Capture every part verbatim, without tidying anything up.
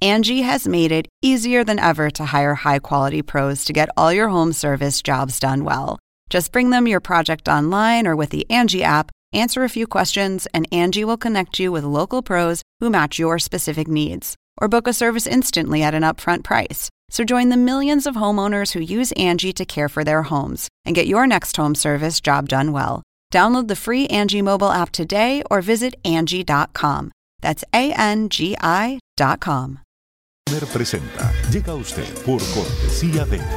Angie has made it easier than ever to hire high-quality pros to get all your home service jobs done well. Just bring them your project online or with the Angie app, answer a few questions, and Angie will connect you with local pros who match your specific needs. Or book a service instantly at an upfront price. So join the millions of homeowners who use Angie to care for their homes and get your next home service job done well. Download the free Angie mobile app today or visit Angie dot com. That's A N G I dot com. Presenta. Llega a usted por cortesía de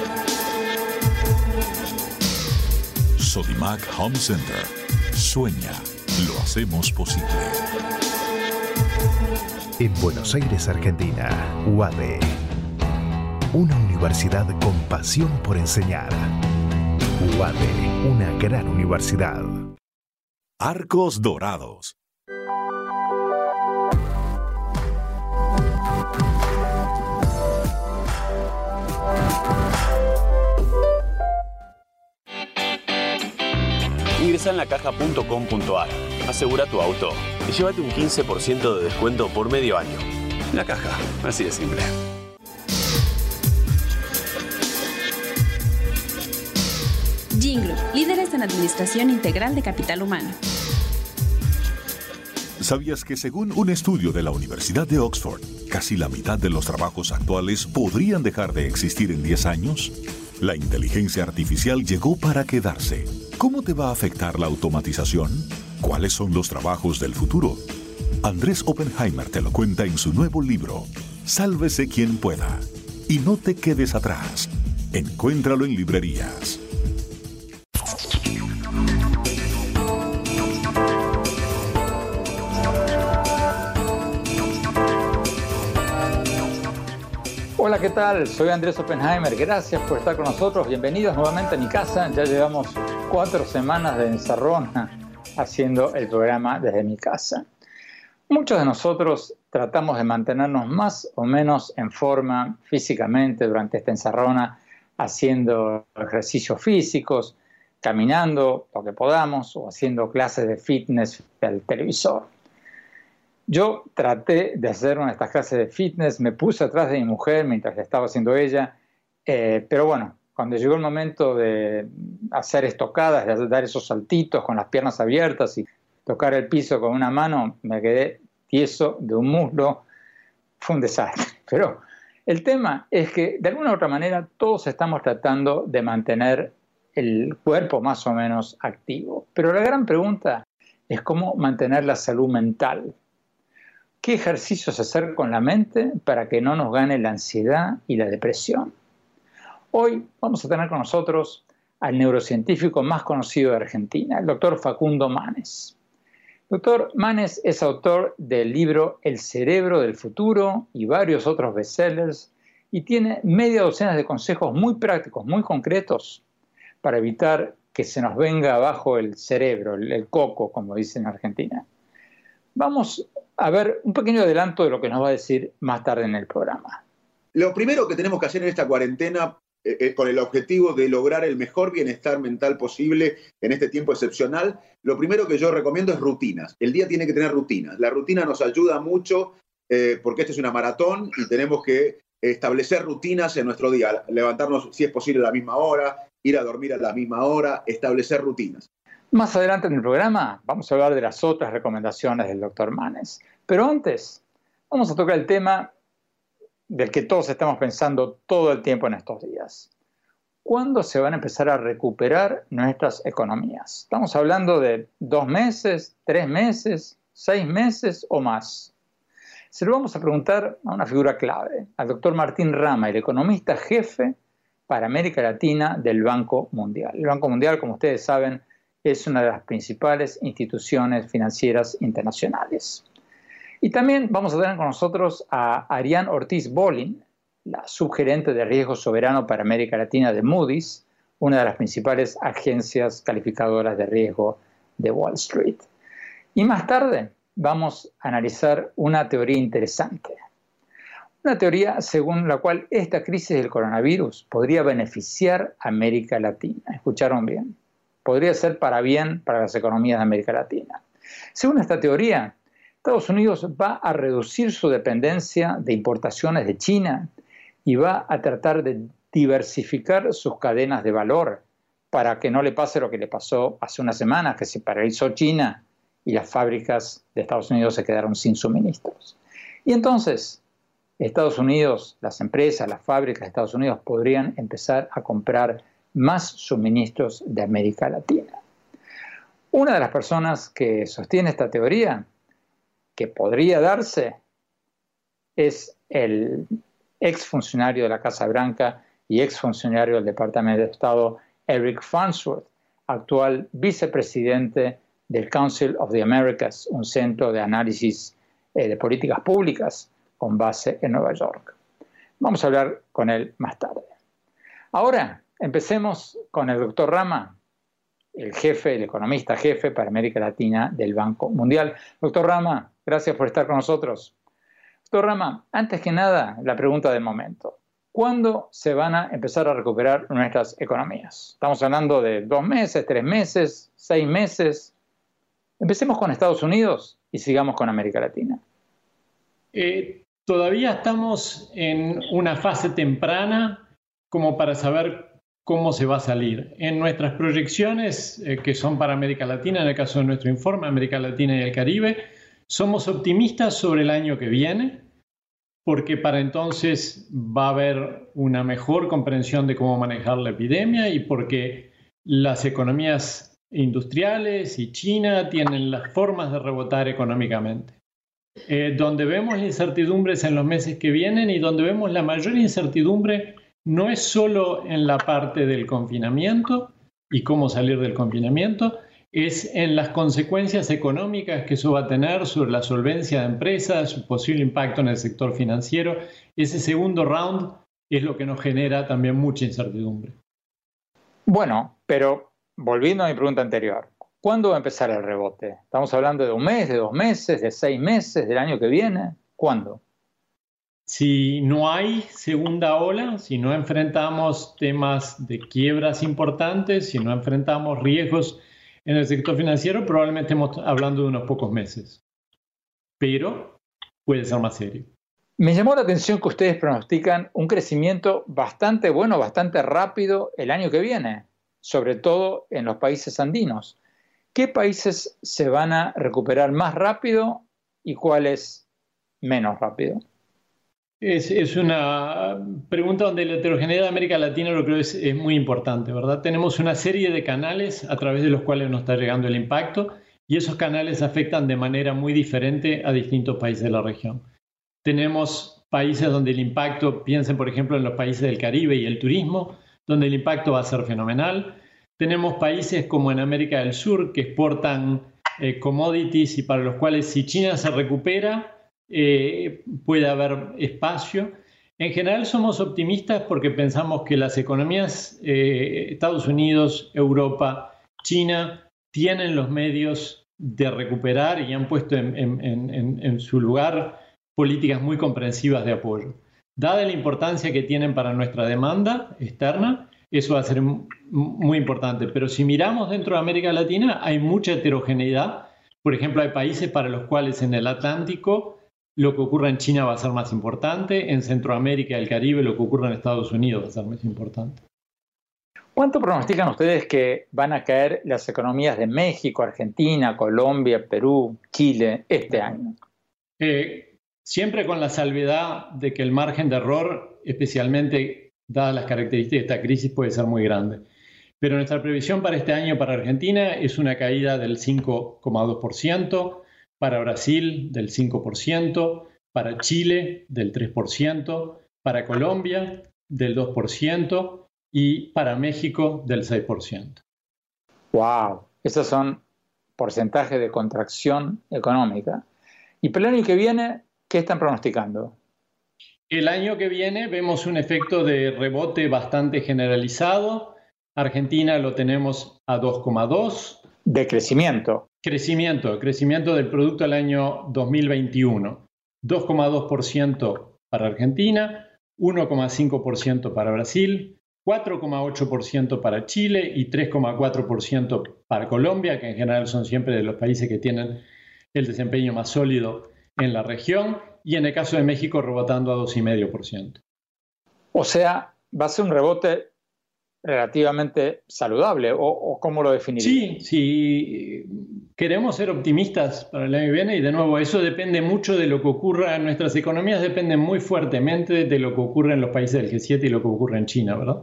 Sodimac Home Center. Sueña, lo hacemos posible. En Buenos Aires, Argentina, U A D E. Una universidad con pasión por enseñar. U A D E, una gran universidad. Arcos Dorados. Ingresa en la caja punto com punto a r, asegura tu auto y llévate un quince por ciento de descuento por medio año. La Caja, así de simple. Gingroup, líderes en administración integral de capital humano. ¿Sabías que según un estudio de la Universidad de Oxford, casi la mitad de los trabajos actuales podrían dejar de existir en diez años? La inteligencia artificial llegó para quedarse. ¿Cómo te va a afectar la automatización? ¿Cuáles son los trabajos del futuro? Andrés Oppenheimer te lo cuenta en su nuevo libro, Sálvese quien pueda. Y no te quedes atrás. Encuéntralo en librerías. Hola, ¿qué tal? Soy Andrés Oppenheimer. Gracias por estar con nosotros. Bienvenidos nuevamente a mi casa. Ya llevamos cuatro semanas de encerrona haciendo el programa desde mi casa. Muchos de nosotros tratamos de mantenernos más o menos en forma físicamente durante esta encerrona, haciendo ejercicios físicos, caminando lo que podamos o haciendo clases de fitness del televisor. Yo traté de hacer una de estas clases de fitness, me puse atrás de mi mujer mientras le estaba haciendo ella, eh, pero bueno, cuando llegó el momento de hacer estocadas, de dar esos saltitos con las piernas abiertas y tocar el piso con una mano, me quedé tieso de un muslo, fue un desastre. Pero el tema es que de alguna u otra manera todos estamos tratando de mantener el cuerpo más o menos activo, pero la gran pregunta es cómo mantener la salud mental. ¿Qué ejercicios hacer con la mente para que no nos gane la ansiedad y la depresión? Hoy vamos a tener con nosotros al neurocientífico más conocido de Argentina, el doctor Facundo Manes. Doctor Manes es autor del libro El cerebro del futuro y varios otros bestsellers y tiene media docena de consejos muy prácticos, muy concretos para evitar que se nos venga abajo el cerebro, el, el coco, como dicen en Argentina. Vamos a ver un pequeño adelanto de lo que nos va a decir más tarde en el programa. Lo primero que tenemos que hacer en esta cuarentena, eh, eh, con el objetivo de lograr el mejor bienestar mental posible en este tiempo excepcional, lo primero que yo recomiendo es rutinas. El día tiene que tener rutinas. La rutina nos ayuda mucho eh, porque esta es una maratón y tenemos que establecer rutinas en nuestro día. Levantarnos, si es posible, a la misma hora, ir a dormir a la misma hora, establecer rutinas. Más adelante en el programa vamos a hablar de las otras recomendaciones del doctor Manes. Pero antes vamos a tocar el tema del que todos estamos pensando todo el tiempo en estos días. ¿Cuándo se van a empezar a recuperar nuestras economías? Estamos hablando de dos meses, tres meses, seis meses o más. Se lo vamos a preguntar a una figura clave, al doctor Martín Rama, el economista jefe para América Latina del Banco Mundial. El Banco Mundial, como ustedes saben, es una de las principales instituciones financieras internacionales. Y también vamos a tener con nosotros a Ariane Ortiz Bolin, la subgerente de riesgo soberano para América Latina de Moody's, una de las principales agencias calificadoras de riesgo de Wall Street. Y más tarde vamos a analizar una teoría interesante. Una teoría según la cual esta crisis del coronavirus podría beneficiar a América Latina. ¿Escucharon bien? Podría ser para bien para las economías de América Latina. Según esta teoría, Estados Unidos va a reducir su dependencia de importaciones de China y va a tratar de diversificar sus cadenas de valor para que no le pase lo que le pasó hace unas semanas, que se paralizó China y las fábricas de Estados Unidos se quedaron sin suministros. Y entonces, Estados Unidos, las empresas, las fábricas de Estados Unidos podrían empezar a comprar más suministros de América Latina. Una de las personas que sostiene esta teoría, que podría darse, es el exfuncionario de la Casa Blanca y exfuncionario del Departamento de Estado, Eric Farnsworth, actual vicepresidente del Council of the Americas, un centro de análisis eh, de políticas públicas con base en Nueva York. Vamos a hablar con él más tarde. Ahora, empecemos con el doctor Rama, el jefe, el economista jefe para América Latina del Banco Mundial. Doctor Rama, gracias por estar con nosotros. Doctor Rama, antes que nada, la pregunta del momento. ¿Cuándo se van a empezar a recuperar nuestras economías? Estamos hablando de dos meses, tres meses, seis meses. Empecemos con Estados Unidos y sigamos con América Latina. Eh, todavía estamos en una fase temprana como para saber cómo se va a salir. En nuestras proyecciones, eh, que son para América Latina, en el caso de nuestro informe, América Latina y el Caribe, somos optimistas sobre el año que viene, porque para entonces va a haber una mejor comprensión de cómo manejar la epidemia y porque las economías industriales y China tienen las formas de rebotar económicamente. Eh, donde vemos incertidumbres en los meses que vienen y donde vemos la mayor incertidumbre no es solo en la parte del confinamiento y cómo salir del confinamiento, es en las consecuencias económicas que eso va a tener sobre la solvencia de empresas, su posible impacto en el sector financiero. Ese segundo round es lo que nos genera también mucha incertidumbre. Bueno, pero volviendo a mi pregunta anterior, ¿cuándo va a empezar el rebote? ¿Estamos hablando de un mes, de dos meses, de seis meses, del año que viene? ¿Cuándo? Si no hay segunda ola, si no enfrentamos temas de quiebras importantes, si no enfrentamos riesgos en el sector financiero, probablemente estemos hablando de unos pocos meses. Pero puede ser más serio. Me llamó la atención que ustedes pronostican un crecimiento bastante bueno, bastante rápido el año que viene, sobre todo en los países andinos. ¿Qué países se van a recuperar más rápido y cuáles menos rápido? Es, es una pregunta donde la heterogeneidad de América Latina lo creo es, es muy importante, ¿verdad? Tenemos una serie de canales a través de los cuales nos está llegando el impacto y esos canales afectan de manera muy diferente a distintos países de la región. Tenemos países donde el impacto, piensen por ejemplo en los países del Caribe y el turismo, donde el impacto va a ser fenomenal. Tenemos países como en América del Sur que exportan eh, commodities y para los cuales si China se recupera, Eh, puede haber espacio. En general somos optimistas porque pensamos que las economías eh, Estados Unidos, Europa, China tienen los medios de recuperar y han puesto en, en, en, en su lugar políticas muy comprensivas de apoyo. Dada la importancia que tienen para nuestra demanda externa, eso va a ser muy importante. Pero si miramos dentro de América Latina, hay mucha heterogeneidad. Por ejemplo, hay países para los cuales en el Atlántico lo que ocurra en China va a ser más importante, en Centroamérica y el Caribe lo que ocurra en Estados Unidos va a ser más importante. ¿Cuánto pronostican ustedes que van a caer las economías de México, Argentina, Colombia, Perú, Chile este año? Eh, siempre con la salvedad de que el margen de error, especialmente dadas las características de esta crisis, puede ser muy grande. Pero nuestra previsión para este año para Argentina es una caída del cinco coma dos por ciento, para Brasil del cinco por ciento, para Chile del tres por ciento, para Colombia del dos por ciento y para México del seis por ciento. ¡Wow! Esos son porcentajes de contracción económica. ¿Y para el año que viene, qué están pronosticando? El año que viene vemos un efecto de rebote bastante generalizado. Argentina lo tenemos a dos coma dos. De crecimiento. Crecimiento, crecimiento del producto al año dos mil veintiuno. dos coma dos por ciento para Argentina, uno coma cinco por ciento para Brasil, cuatro coma ocho por ciento para Chile y tres coma cuatro por ciento para Colombia, que en general son siempre de los países que tienen el desempeño más sólido en la región, y en el caso de México rebotando a dos coma cinco por ciento. O sea, va a ser un rebote relativamente saludable, o, o ¿cómo lo definiría? Sí, sí, queremos ser optimistas para el año que viene, y de nuevo, eso depende mucho de lo que ocurra. Nuestras economías dependen muy fuertemente de lo que ocurre en los países del G siete y lo que ocurre en China, ¿verdad?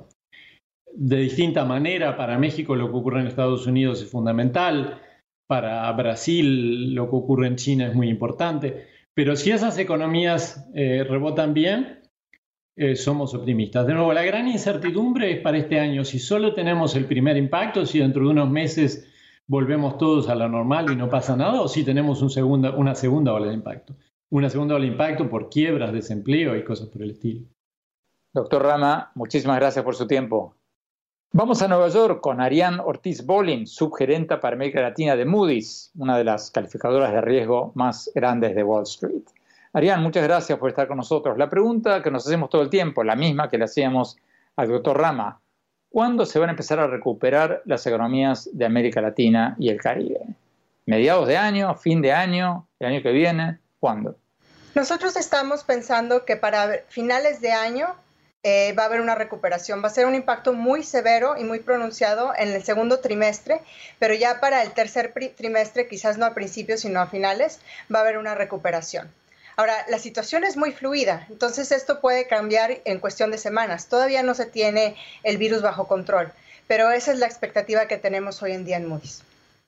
De distinta manera, para México lo que ocurre en Estados Unidos es fundamental, para Brasil lo que ocurre en China es muy importante, pero si esas economías eh, rebotan bien, Eh, somos optimistas. De nuevo, la gran incertidumbre es para este año si solo tenemos el primer impacto, si dentro de unos meses volvemos todos a la normal y no pasa nada, o si tenemos un segunda, una segunda ola de impacto. Una segunda ola de impacto por quiebras, desempleo y cosas por el estilo. Doctor Rama, muchísimas gracias por su tiempo. Vamos a Nueva York con Ariane Ortiz Bolin, subgerenta para América Latina de Moody's, una de las calificadoras de riesgo más grandes de Wall Street. Ariane, muchas gracias por estar con nosotros. La pregunta que nos hacemos todo el tiempo, la misma que le hacíamos al doctor Rama: ¿cuándo se van a empezar a recuperar las economías de América Latina y el Caribe? ¿Mediados de año, fin de año, el año que viene? ¿Cuándo? Nosotros estamos pensando que para finales de año eh, va a haber una recuperación. Va a ser un impacto muy severo y muy pronunciado en el segundo trimestre, pero ya para el tercer trimestre, quizás no a principios sino a finales, va a haber una recuperación. Ahora, la situación es muy fluida, entonces esto puede cambiar en cuestión de semanas. Todavía no se tiene el virus bajo control, pero esa es la expectativa que tenemos hoy en día en Moody's.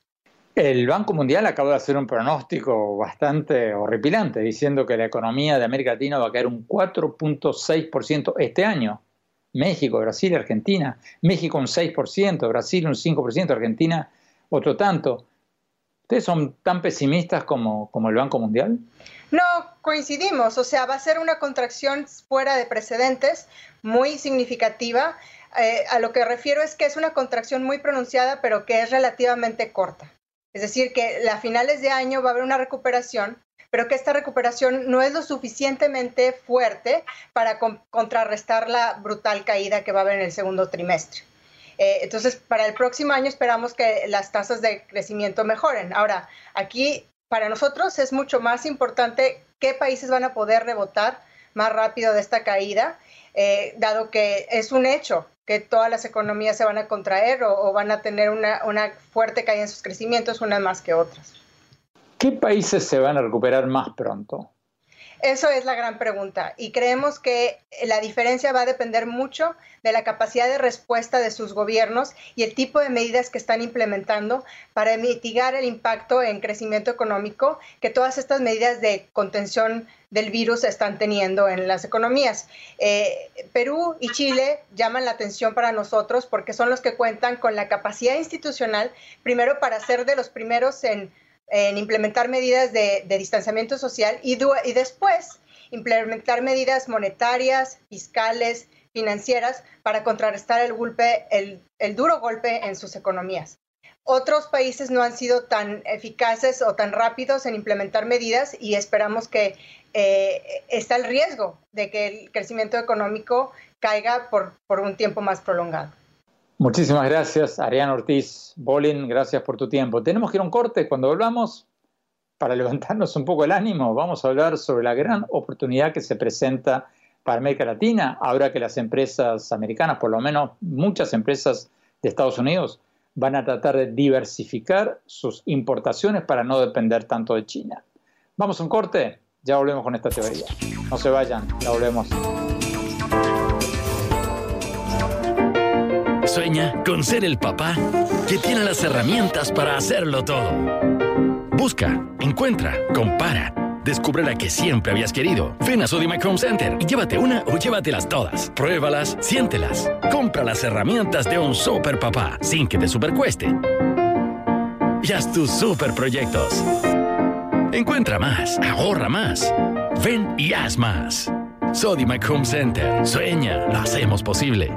El Banco Mundial acaba de hacer un pronóstico bastante horripilante, diciendo que la economía de América Latina va a caer un cuatro punto seis por ciento este año. México, Brasil, Argentina. México un seis por ciento, Brasil un cinco por ciento, Argentina otro tanto. ¿Ustedes son tan pesimistas como, como el Banco Mundial? No, coincidimos. O sea, va a ser una contracción fuera de precedentes, muy significativa. Eh, a lo que refiero es que es una contracción muy pronunciada, pero que es relativamente corta. Es decir, que a finales de año va a haber una recuperación, pero que esta recuperación no es lo suficientemente fuerte para con- contrarrestar la brutal caída que va a haber en el segundo trimestre. Eh, entonces, para el próximo año esperamos que las tasas de crecimiento mejoren. Ahora, aquí para nosotros es mucho más importante qué países van a poder rebotar más rápido de esta caída, eh, dado que es un hecho que todas las economías se van a contraer o, o van a tener una, una fuerte caída en sus crecimientos, unas más que otras. ¿Qué países se van a recuperar más pronto? Eso es la gran pregunta, y creemos que la diferencia va a depender mucho de la capacidad de respuesta de sus gobiernos y el tipo de medidas que están implementando para mitigar el impacto en crecimiento económico que todas estas medidas de contención del virus están teniendo en las economías. Eh, Perú y Chile llaman la atención para nosotros porque son los que cuentan con la capacidad institucional, primero para ser de los primeros en en implementar medidas de, de distanciamiento social y, du- y después implementar medidas monetarias, fiscales, financieras para contrarrestar el golpe, el, el duro golpe en sus economías. Otros países no han sido tan eficaces o tan rápidos en implementar medidas y esperamos que eh, está el riesgo de que el crecimiento económico caiga por, por un tiempo más prolongado. Muchísimas gracias, Ariane Ortiz Bolin, gracias por tu tiempo. Tenemos que ir a un corte. Cuando volvamos, para levantarnos un poco el ánimo, vamos a hablar sobre la gran oportunidad que se presenta para América Latina, ahora que las empresas americanas, por lo menos muchas empresas de Estados Unidos, van a tratar de diversificar sus importaciones para no depender tanto de China. Vamos a un corte, ya volvemos con esta teoría. No se vayan, ya volvemos. Sueña con ser el papá que tiene las herramientas para hacerlo todo. Busca, encuentra, compara, descubre la que siempre habías querido. Ven a Sodimac Home Center y llévate una o llévatelas todas. Pruébalas, siéntelas. Compra las herramientas de un super papá sin que te supercueste. Y haz tus super proyectos. Encuentra más, ahorra más. Ven y haz más. Sodimac Home Center. Sueña, lo hacemos posible.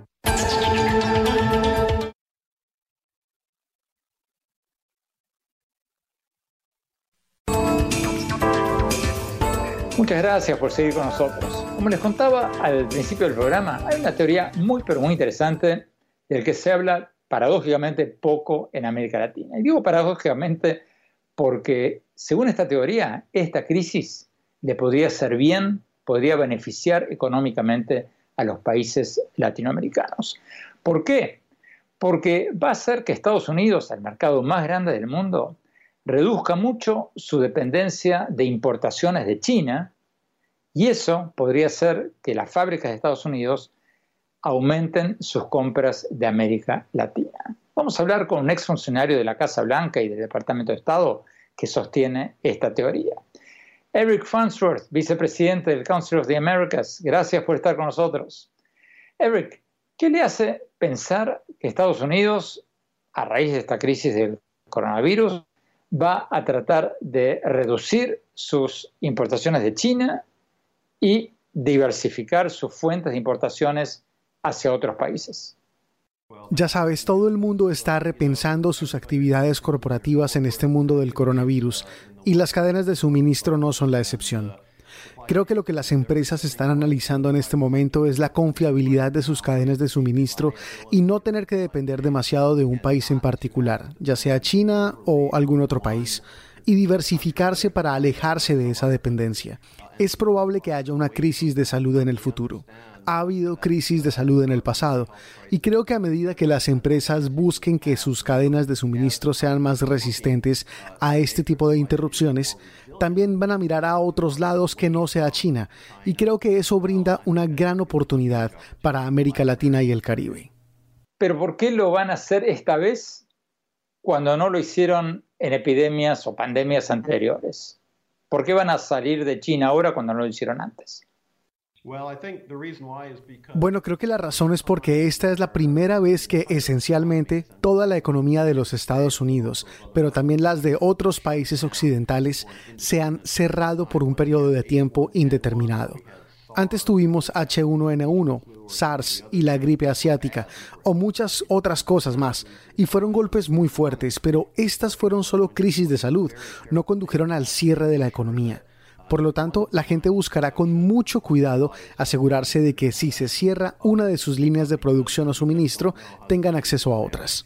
Muchas gracias por seguir con nosotros. Como les contaba al principio del programa, hay una teoría muy pero muy interesante del que se habla paradójicamente poco en América Latina. Y digo paradójicamente porque según esta teoría, esta crisis le podría hacer bien, podría beneficiar económicamente a los países latinoamericanos. ¿Por qué? Porque va a hacer que Estados Unidos, el mercado más grande del mundo, reduzca mucho su dependencia de importaciones de China, y eso podría hacer que las fábricas de Estados Unidos aumenten sus compras de América Latina. Vamos a hablar con un exfuncionario de la Casa Blanca y del Departamento de Estado que sostiene esta teoría. Eric Farnsworth, vicepresidente del Council of the Americas, gracias por estar con nosotros. Eric, ¿qué le hace pensar que Estados Unidos, a raíz de esta crisis del coronavirus, va a tratar de reducir sus importaciones de China y diversificar sus fuentes de importaciones hacia otros países? Ya sabes, todo el mundo está repensando sus actividades corporativas en este mundo del coronavirus y las cadenas de suministro no son la excepción. Creo que lo que las empresas están analizando en este momento es la confiabilidad de sus cadenas de suministro y no tener que depender demasiado de un país en particular, ya sea China o algún otro país, y diversificarse para alejarse de esa dependencia. Es probable que haya una crisis de salud en el futuro. Ha habido crisis de salud en el pasado y creo que a medida que las empresas busquen que sus cadenas de suministro sean más resistentes a este tipo de interrupciones, también van a mirar a otros lados que no sea China, y creo que eso brinda una gran oportunidad para América Latina y el Caribe. ¿Pero por qué lo van a hacer esta vez cuando no lo hicieron en epidemias o pandemias anteriores? ¿Por qué van a salir de China ahora cuando no lo hicieron antes? Bueno, creo que la razón es porque esta es la primera vez que esencialmente toda la economía de los Estados Unidos, pero también las de otros países occidentales, se han cerrado por un periodo de tiempo indeterminado. Antes tuvimos H uno N uno, SARS y la gripe asiática, o muchas otras cosas más, y fueron golpes muy fuertes, pero estas fueron solo crisis de salud, no condujeron al cierre de la economía. Por lo tanto, la gente buscará con mucho cuidado asegurarse de que si se cierra una de sus líneas de producción o suministro, tengan acceso a otras.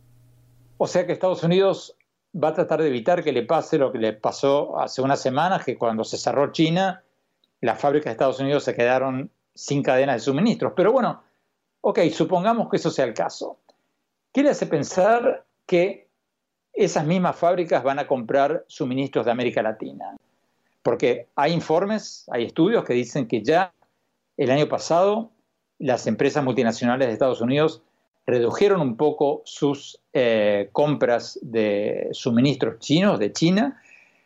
O sea que Estados Unidos va a tratar de evitar que le pase lo que le pasó hace unas semanas, que cuando se cerró China, las fábricas de Estados Unidos se quedaron sin cadenas de suministros. Pero bueno, ok, supongamos que eso sea el caso. ¿Qué le hace pensar que esas mismas fábricas van a comprar suministros de América Latina? Porque hay informes, hay estudios que dicen que ya el año pasado las empresas multinacionales de Estados Unidos redujeron un poco sus eh, compras de suministros chinos, de China,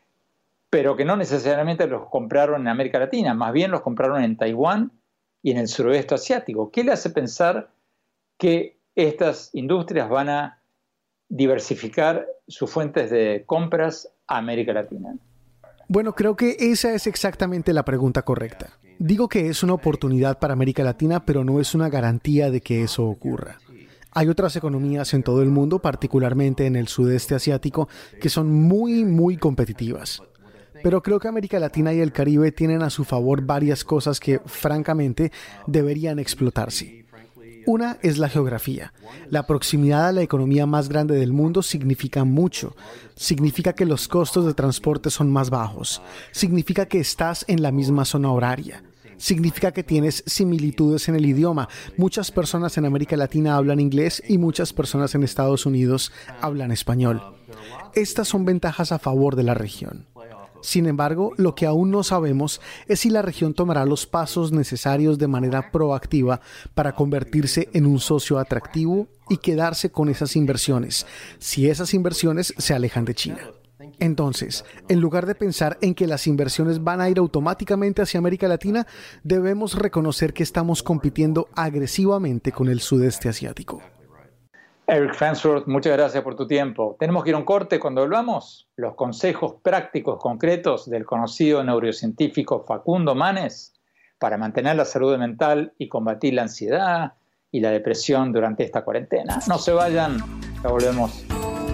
pero que no necesariamente los compraron en América Latina, más bien los compraron en Taiwán y en el suroeste asiático. ¿Qué le hace pensar que estas industrias van a diversificar sus fuentes de compras a América Latina? Bueno, creo que esa es exactamente la pregunta correcta. Digo que es una oportunidad para América Latina, pero no es una garantía de que eso ocurra. Hay otras economías en todo el mundo, particularmente en el sudeste asiático, que son muy, muy competitivas. Pero creo que América Latina y el Caribe tienen a su favor varias cosas que, francamente, deberían explotarse. Una es la geografía. La proximidad a la economía más grande del mundo significa mucho. Significa que los costos de transporte son más bajos. Significa que estás en la misma zona horaria. Significa que tienes similitudes en el idioma. Muchas personas en América Latina hablan inglés y muchas personas en Estados Unidos hablan español. Estas son ventajas a favor de la región. Sin embargo, lo que aún no sabemos es si la región tomará los pasos necesarios de manera proactiva para convertirse en un socio atractivo y quedarse con esas inversiones, si esas inversiones se alejan de China. Entonces, en lugar de pensar en que las inversiones van a ir automáticamente hacia América Latina, debemos reconocer que estamos compitiendo agresivamente con el sudeste asiático. Eric Farnsworth, muchas gracias por tu tiempo. Tenemos que ir a un corte. Cuando volvamos, los consejos prácticos concretos del conocido neurocientífico Facundo Manes para mantener la salud mental y combatir la ansiedad y la depresión durante esta cuarentena. No se vayan, ya volvemos.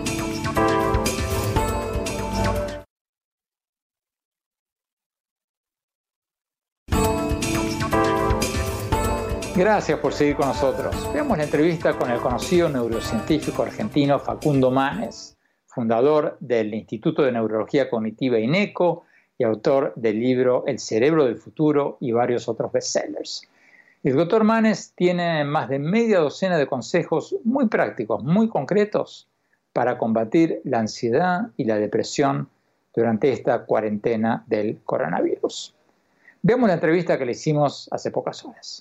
Gracias por seguir con nosotros. Veamos la entrevista con el conocido neurocientífico argentino Facundo Manes, fundador del Instituto de Neurología Cognitiva INECO y autor del libro El cerebro del futuro y varios otros bestsellers. El doctor Manes tiene más de media docena de consejos muy prácticos, muy concretos para combatir la ansiedad y la depresión durante esta cuarentena del coronavirus. Veamos la entrevista que le hicimos hace pocas horas.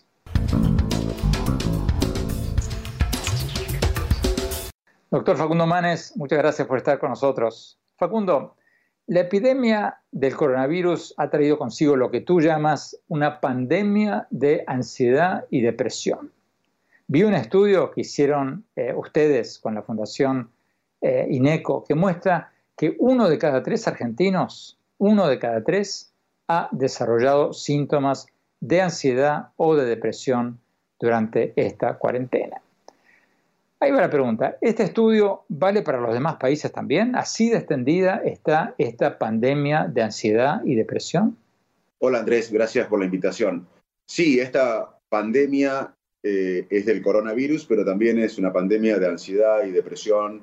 Doctor Facundo Manes, muchas gracias por estar con nosotros. Facundo, la epidemia del coronavirus ha traído consigo lo que tú llamas una pandemia de ansiedad y depresión. Vi un estudio que hicieron eh, ustedes con la Fundación eh, INECO que muestra que uno de cada tres argentinos, uno de cada tres, ha desarrollado síntomas de ansiedad o de depresión durante esta cuarentena. Ahí va la pregunta, ¿este estudio vale para los demás países también? ¿Así de extendida está esta pandemia de ansiedad y depresión? Hola Andrés, gracias por la invitación. Sí, esta pandemia eh, es del coronavirus, pero también es una pandemia de ansiedad y depresión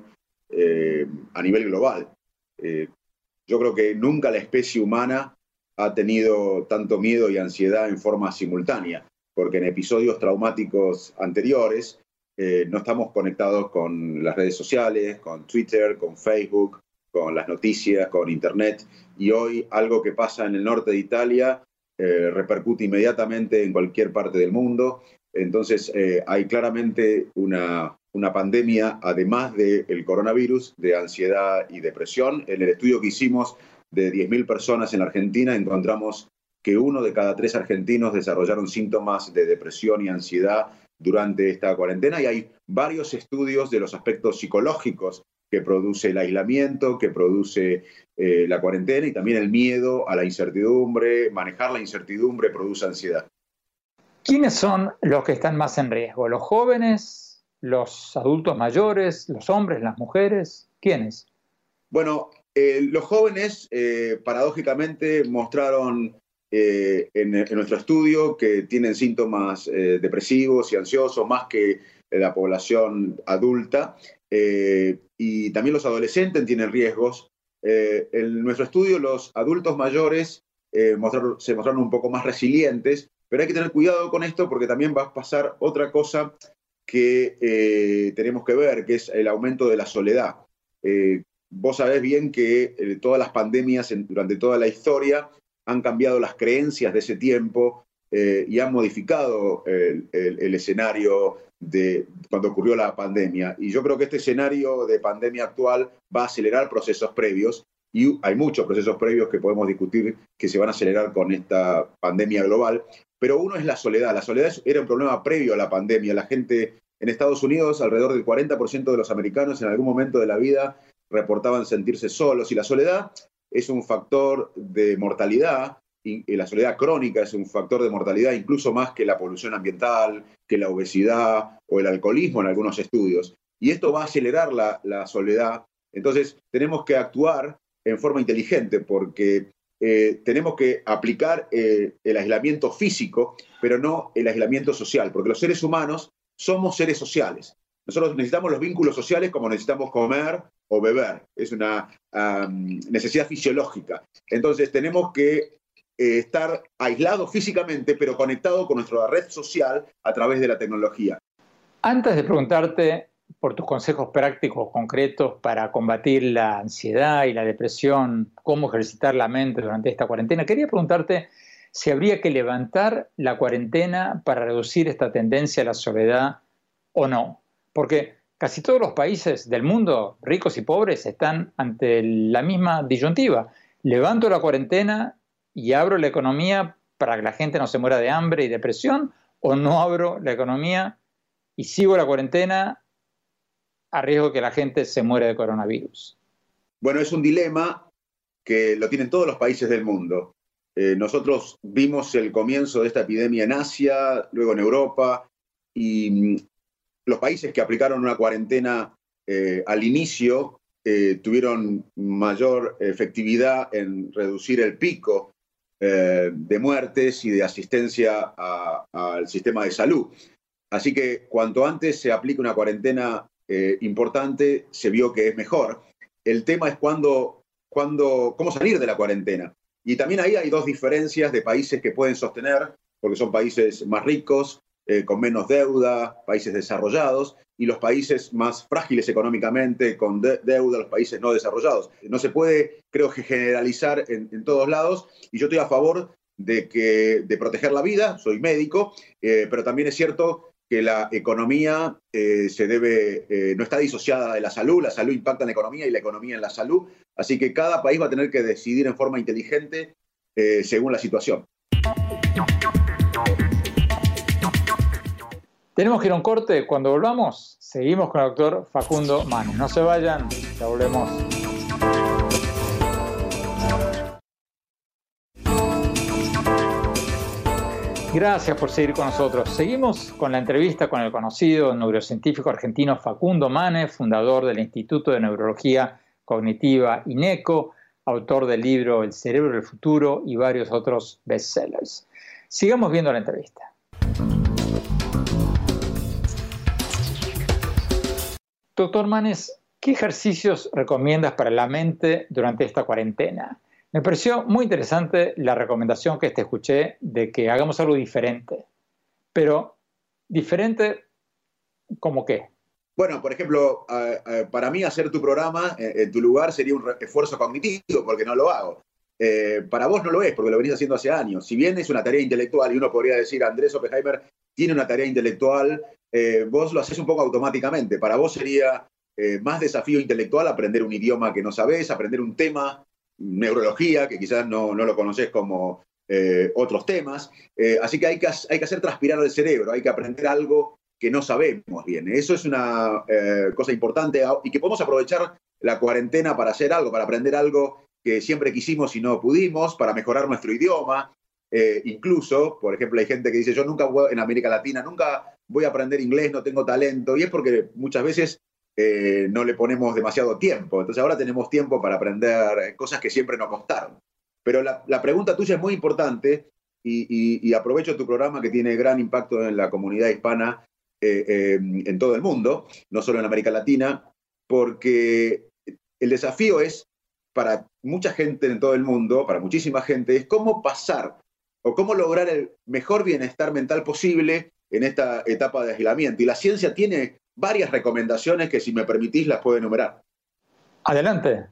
eh, a nivel global. Eh, yo creo que nunca la especie humana ha tenido tanto miedo y ansiedad en forma simultánea, porque en episodios traumáticos anteriores Eh, no estamos conectados con las redes sociales, con Twitter, con Facebook, con las noticias, con Internet. Y hoy algo que pasa en el norte de Italia eh, repercute inmediatamente en cualquier parte del mundo. Entonces eh, hay claramente una, una pandemia, además del coronavirus, de ansiedad y depresión. En el estudio que hicimos de diez mil personas en la Argentina encontramos que uno de cada tres argentinos desarrollaron síntomas de depresión y ansiedad durante esta cuarentena, y hay varios estudios de los aspectos psicológicos que produce el aislamiento, que produce eh, la cuarentena, y también el miedo a la incertidumbre. Manejar la incertidumbre produce ansiedad. ¿Quiénes son los que están más en riesgo? ¿Los jóvenes, los adultos mayores, los hombres, las mujeres? ¿Quiénes? Bueno, eh, los jóvenes eh, paradójicamente mostraron Eh, en, en nuestro estudio que tienen síntomas eh, depresivos y ansiosos más que la población adulta, eh, y también los adolescentes tienen riesgos. Eh, en nuestro estudio los adultos mayores eh, mostraron, se mostraron un poco más resilientes, pero hay que tener cuidado con esto porque también va a pasar otra cosa que eh, tenemos que ver, que es el aumento de la soledad. Eh, vos sabés bien que eh, todas las pandemias en, durante toda la historia han cambiado las creencias de ese tiempo eh, y han modificado el, el, el escenario de cuando ocurrió la pandemia. Y yo creo que este escenario de pandemia actual va a acelerar procesos previos, y hay muchos procesos previos que podemos discutir que se van a acelerar con esta pandemia global, pero uno es la soledad. La soledad era un problema previo a la pandemia. La gente en Estados Unidos, alrededor del cuarenta por ciento de los americanos en algún momento de la vida reportaban sentirse solos, y la soledad es un factor de mortalidad, y la soledad crónica es un factor de mortalidad incluso más que la polución ambiental, que la obesidad o el alcoholismo en algunos estudios. Y esto va a acelerar la, la soledad. Entonces tenemos que actuar en forma inteligente porque eh, tenemos que aplicar eh, el aislamiento físico, pero no el aislamiento social, porque los seres humanos somos seres sociales. Nosotros necesitamos los vínculos sociales como necesitamos comer o beber. Es una um, necesidad fisiológica. Entonces tenemos que eh, estar aislados físicamente, pero conectados con nuestra red social a través de la tecnología. Antes de preguntarte por tus consejos prácticos concretos para combatir la ansiedad y la depresión, cómo ejercitar la mente durante esta cuarentena, quería preguntarte si habría que levantar la cuarentena para reducir esta tendencia a la soledad o no. Porque casi todos los países del mundo, ricos y pobres, están ante la misma disyuntiva. ¿Levanto la cuarentena y abro la economía para que la gente no se muera de hambre y depresión? ¿O no abro la economía y sigo la cuarentena a riesgo de que la gente se muera de coronavirus? Bueno, es un dilema que lo tienen todos los países del mundo. Eh, nosotros vimos el comienzo de esta epidemia en Asia, luego en Europa, y los países que aplicaron una cuarentena eh, al inicio eh, tuvieron mayor efectividad en reducir el pico eh, de muertes y de asistencia a, al sistema de salud. Así que cuanto antes se aplique una cuarentena eh, importante, se vio que es mejor. el tema es cuándo, cuándo, cómo salir de la cuarentena. Y también ahí hay dos diferencias de países que pueden sostener, porque son países más ricos, eh, con menos deuda, países desarrollados, y los países más frágiles económicamente, con de deuda, los países no desarrollados. No se puede, creo que, generalizar en, en todos lados, y yo estoy a favor de, que, de proteger la vida, soy médico, eh, pero también es cierto que la economía eh, se debe, eh, no está disociada de la salud, la salud impacta en la economía y la economía en la salud, así que cada país va a tener que decidir en forma inteligente eh, según la situación. Tenemos que ir a un corte. Cuando volvamos, seguimos con el doctor Facundo Manes. No se vayan, ya volvemos. Gracias por seguir con nosotros. Seguimos con la entrevista con el conocido neurocientífico argentino Facundo Manes, fundador del Instituto de Neurología Cognitiva INECO, autor del libro El cerebro del futuro y varios otros bestsellers. Sigamos viendo la entrevista. Doctor Manes, ¿qué ejercicios recomiendas para la mente durante esta cuarentena? Me pareció muy interesante la recomendación que te escuché de que hagamos algo diferente. Pero, ¿diferente cómo qué? Bueno, por ejemplo, uh, uh, para mí hacer tu programa uh, en tu lugar sería un esfuerzo cognitivo, porque no lo hago. Eh, para vos no lo es, porque lo venís haciendo hace años. Si bien es una tarea intelectual, y uno podría decir, Andrés Oppenheimer tiene una tarea intelectual, eh, vos lo haces un poco automáticamente. Para vos sería eh, más desafío intelectual aprender un idioma que no sabés, aprender un tema, neurología, que quizás no, no lo conocés como eh, otros temas. Eh, así que hay, que hay que hacer transpirar el cerebro, hay que aprender algo que no sabemos bien. Eso es una eh, cosa importante y que podemos aprovechar la cuarentena para hacer algo, para aprender algo que siempre quisimos y no pudimos, para mejorar nuestro idioma. Eh, incluso, por ejemplo, hay gente que dice, yo nunca voy, en América Latina, nunca voy a aprender inglés, no tengo talento, y es porque muchas veces eh, no le ponemos demasiado tiempo. Entonces ahora tenemos tiempo para aprender cosas que siempre nos costaron. Pero la, la pregunta tuya es muy importante y, y, y aprovecho tu programa que tiene gran impacto en la comunidad hispana eh, eh, en todo el mundo, no solo en América Latina, porque el desafío es, para mucha gente en todo el mundo, para muchísima gente, es cómo pasar o cómo lograr el mejor bienestar mental posible en esta etapa de aislamiento. Y la ciencia tiene varias recomendaciones que, si me permitís, las puedo enumerar. Adelante.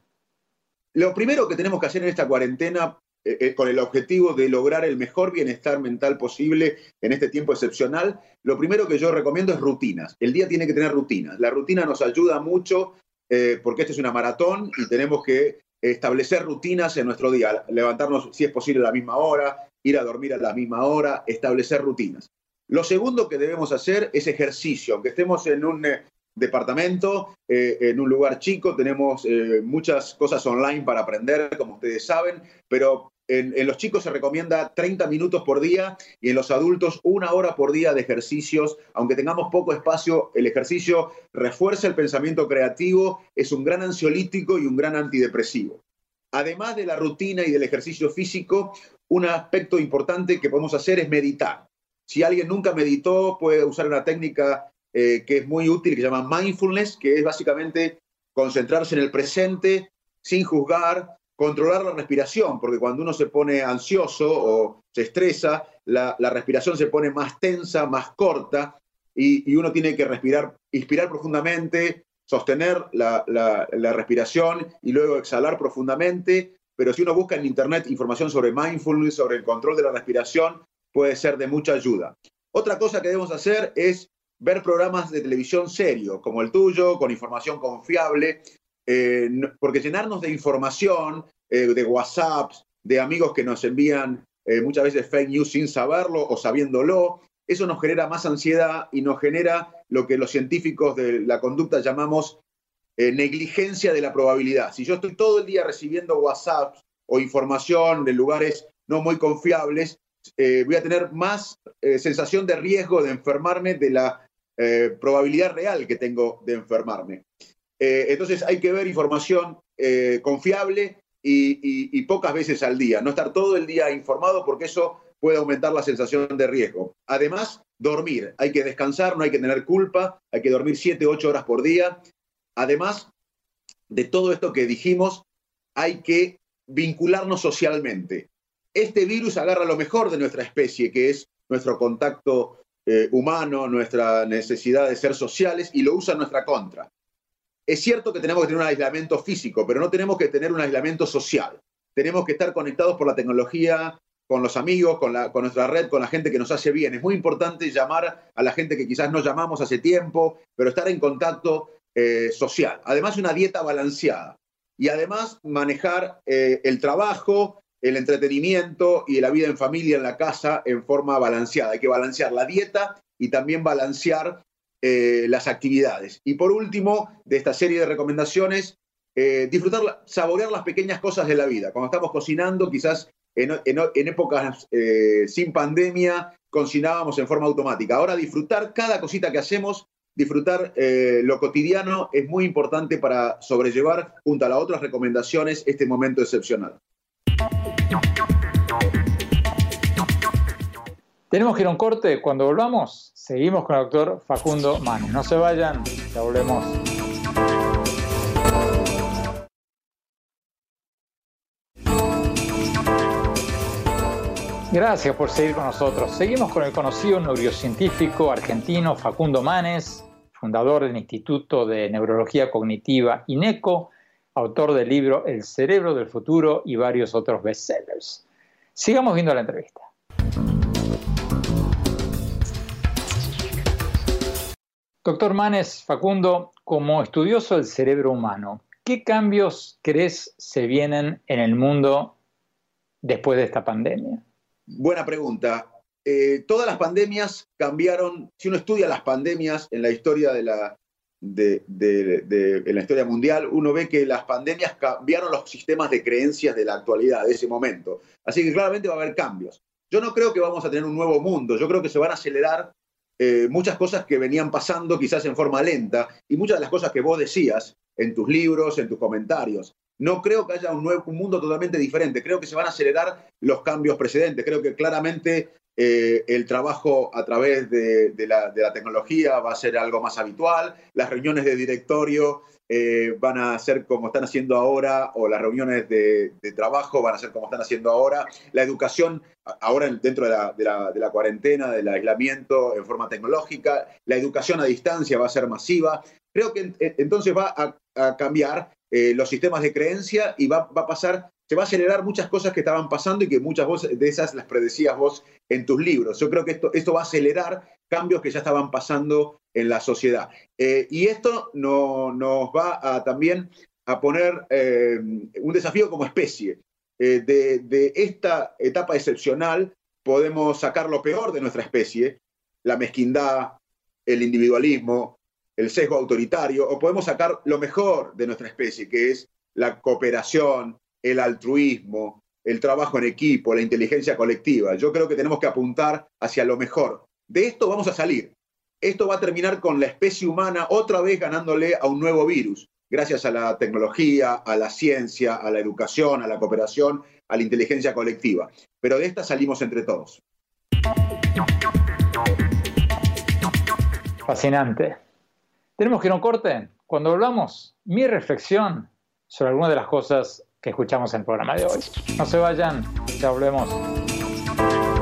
Lo primero que tenemos que hacer en esta cuarentena, eh, eh, con el objetivo de lograr el mejor bienestar mental posible en este tiempo excepcional, lo primero que yo recomiendo es rutinas. El día tiene que tener rutinas. La rutina nos ayuda mucho eh, porque esta es una maratón y tenemos que establecer rutinas en nuestro día. Levantarnos, si es posible, a la misma hora, ir a dormir a la misma hora, establecer rutinas. Lo segundo que debemos hacer es ejercicio. Aunque estemos en un eh, departamento, eh, en un lugar chico, tenemos eh, muchas cosas online para aprender, como ustedes saben, pero en, en los chicos se recomienda treinta minutos por día y en los adultos una hora por día de ejercicios. Aunque tengamos poco espacio, el ejercicio refuerza el pensamiento creativo, es un gran ansiolítico y un gran antidepresivo. Además de la rutina y del ejercicio físico, un aspecto importante que podemos hacer es meditar. Si alguien nunca meditó, puede usar una técnica eh, que es muy útil, que se llama mindfulness, que es básicamente concentrarse en el presente, sin juzgar, controlar la respiración, porque cuando uno se pone ansioso o se estresa, la, la respiración se pone más tensa, más corta, y, y uno tiene que respirar, inspirar profundamente, sostener la, la, la respiración y luego exhalar profundamente. Pero si uno busca en internet información sobre mindfulness, sobre el control de la respiración, puede ser de mucha ayuda. Otra cosa que debemos hacer es ver programas de televisión serios, como el tuyo, con información confiable, eh, porque llenarnos de información, eh, de WhatsApps, de amigos que nos envían eh, muchas veces fake news sin saberlo o sabiéndolo, eso nos genera más ansiedad y nos genera lo que los científicos de la conducta llamamos eh, negligencia de la probabilidad. Si yo estoy todo el día recibiendo WhatsApps o información de lugares no muy confiables, eh, voy a tener más eh, sensación de riesgo de enfermarme de la eh, probabilidad real que tengo de enfermarme. Eh, entonces hay que ver información eh, confiable y, y, y pocas veces al día. No estar todo el día informado, porque eso puede aumentar la sensación de riesgo. Además, dormir. Hay que descansar, no hay que tener culpa. Hay que dormir siete, ocho horas por día. Además, de todo esto que dijimos, hay que vincularnos socialmente. Este virus agarra lo mejor de nuestra especie, que es nuestro contacto eh, humano, nuestra necesidad de ser sociales, y lo usa en nuestra contra. Es cierto que tenemos que tener un aislamiento físico, pero no tenemos que tener un aislamiento social. Tenemos que estar conectados por la tecnología, con los amigos, con, la, con nuestra red, con la gente que nos hace bien. Es muy importante llamar a la gente que quizás no llamamos hace tiempo, pero estar en contacto eh, social. Además, una dieta balanceada. Y además, manejar eh, el trabajo, el entretenimiento y la vida en familia, en la casa, en forma balanceada. Hay que balancear la dieta y también balancear eh, las actividades. Y por último, de esta serie de recomendaciones, eh, disfrutar, saborear las pequeñas cosas de la vida. Cuando estamos cocinando, quizás en, en, en épocas eh, sin pandemia, cocinábamos en forma automática. Ahora disfrutar cada cosita que hacemos, disfrutar eh, lo cotidiano es muy importante para sobrellevar, junto a las otras recomendaciones, este momento excepcional. Tenemos que ir a un corte. Cuando volvamos, seguimos con el doctor Facundo Manes. No se vayan, ya volvemos. Gracias por seguir con nosotros. Seguimos con el conocido neurocientífico argentino Facundo Manes, fundador del Instituto de Neurología Cognitiva INECO, autor del libro El cerebro del futuro y varios otros bestsellers. Sigamos viendo la entrevista. Doctor Manes, Facundo, como estudioso del cerebro humano, ¿qué cambios crees se vienen en el mundo después de esta pandemia? Buena pregunta. Eh, todas las pandemias cambiaron. Si uno estudia las pandemias en la historia de la, de, de, de, de, en la historia mundial, uno ve que las pandemias cambiaron los sistemas de creencias de la actualidad, de ese momento. Así que claramente va a haber cambios. Yo no creo que vamos a tener un nuevo mundo. Yo creo que se van a acelerar eh, muchas cosas que venían pasando quizás en forma lenta, y muchas de las cosas que vos decías en tus libros, en tus comentarios. No creo que haya un, nuevo, un mundo totalmente diferente. Creo que se van a acelerar los cambios precedentes. Creo que claramente eh, el trabajo a través de, de, la, de la tecnología va a ser algo más habitual. Las reuniones de directorio eh, van a ser como están haciendo ahora, o las reuniones de, de trabajo van a ser como están haciendo ahora. La educación, ahora dentro de la, de, la, de la cuarentena, del aislamiento en forma tecnológica, la educación a distancia va a ser masiva. Creo que entonces va a, a cambiar eh, los sistemas de creencia y va, va a pasar, se va a acelerar muchas cosas que estaban pasando y que muchas de esas las predecías vos en tus libros. Yo creo que esto, esto va a acelerar cambios que ya estaban pasando en la sociedad. Eh, y esto no, nos va a, también a poner eh, un desafío como especie. Eh, de, de esta etapa excepcional podemos sacar lo peor de nuestra especie, la mezquindad, el individualismo, el sesgo autoritario, o podemos sacar lo mejor de nuestra especie, que es la cooperación, el altruismo, el trabajo en equipo, la inteligencia colectiva. Yo creo que tenemos que apuntar hacia lo mejor. De esto vamos a salir. Esto va a terminar con la especie humana otra vez ganándole a un nuevo virus, gracias a la tecnología, a la ciencia, a la educación, a la cooperación, a la inteligencia colectiva. Pero de esta salimos entre todos. Fascinante. Tenemos que ir a un corte. Cuando hablamos, mi reflexión sobre algunas de las cosas que escuchamos en el programa de hoy. No se vayan, ya volvemos.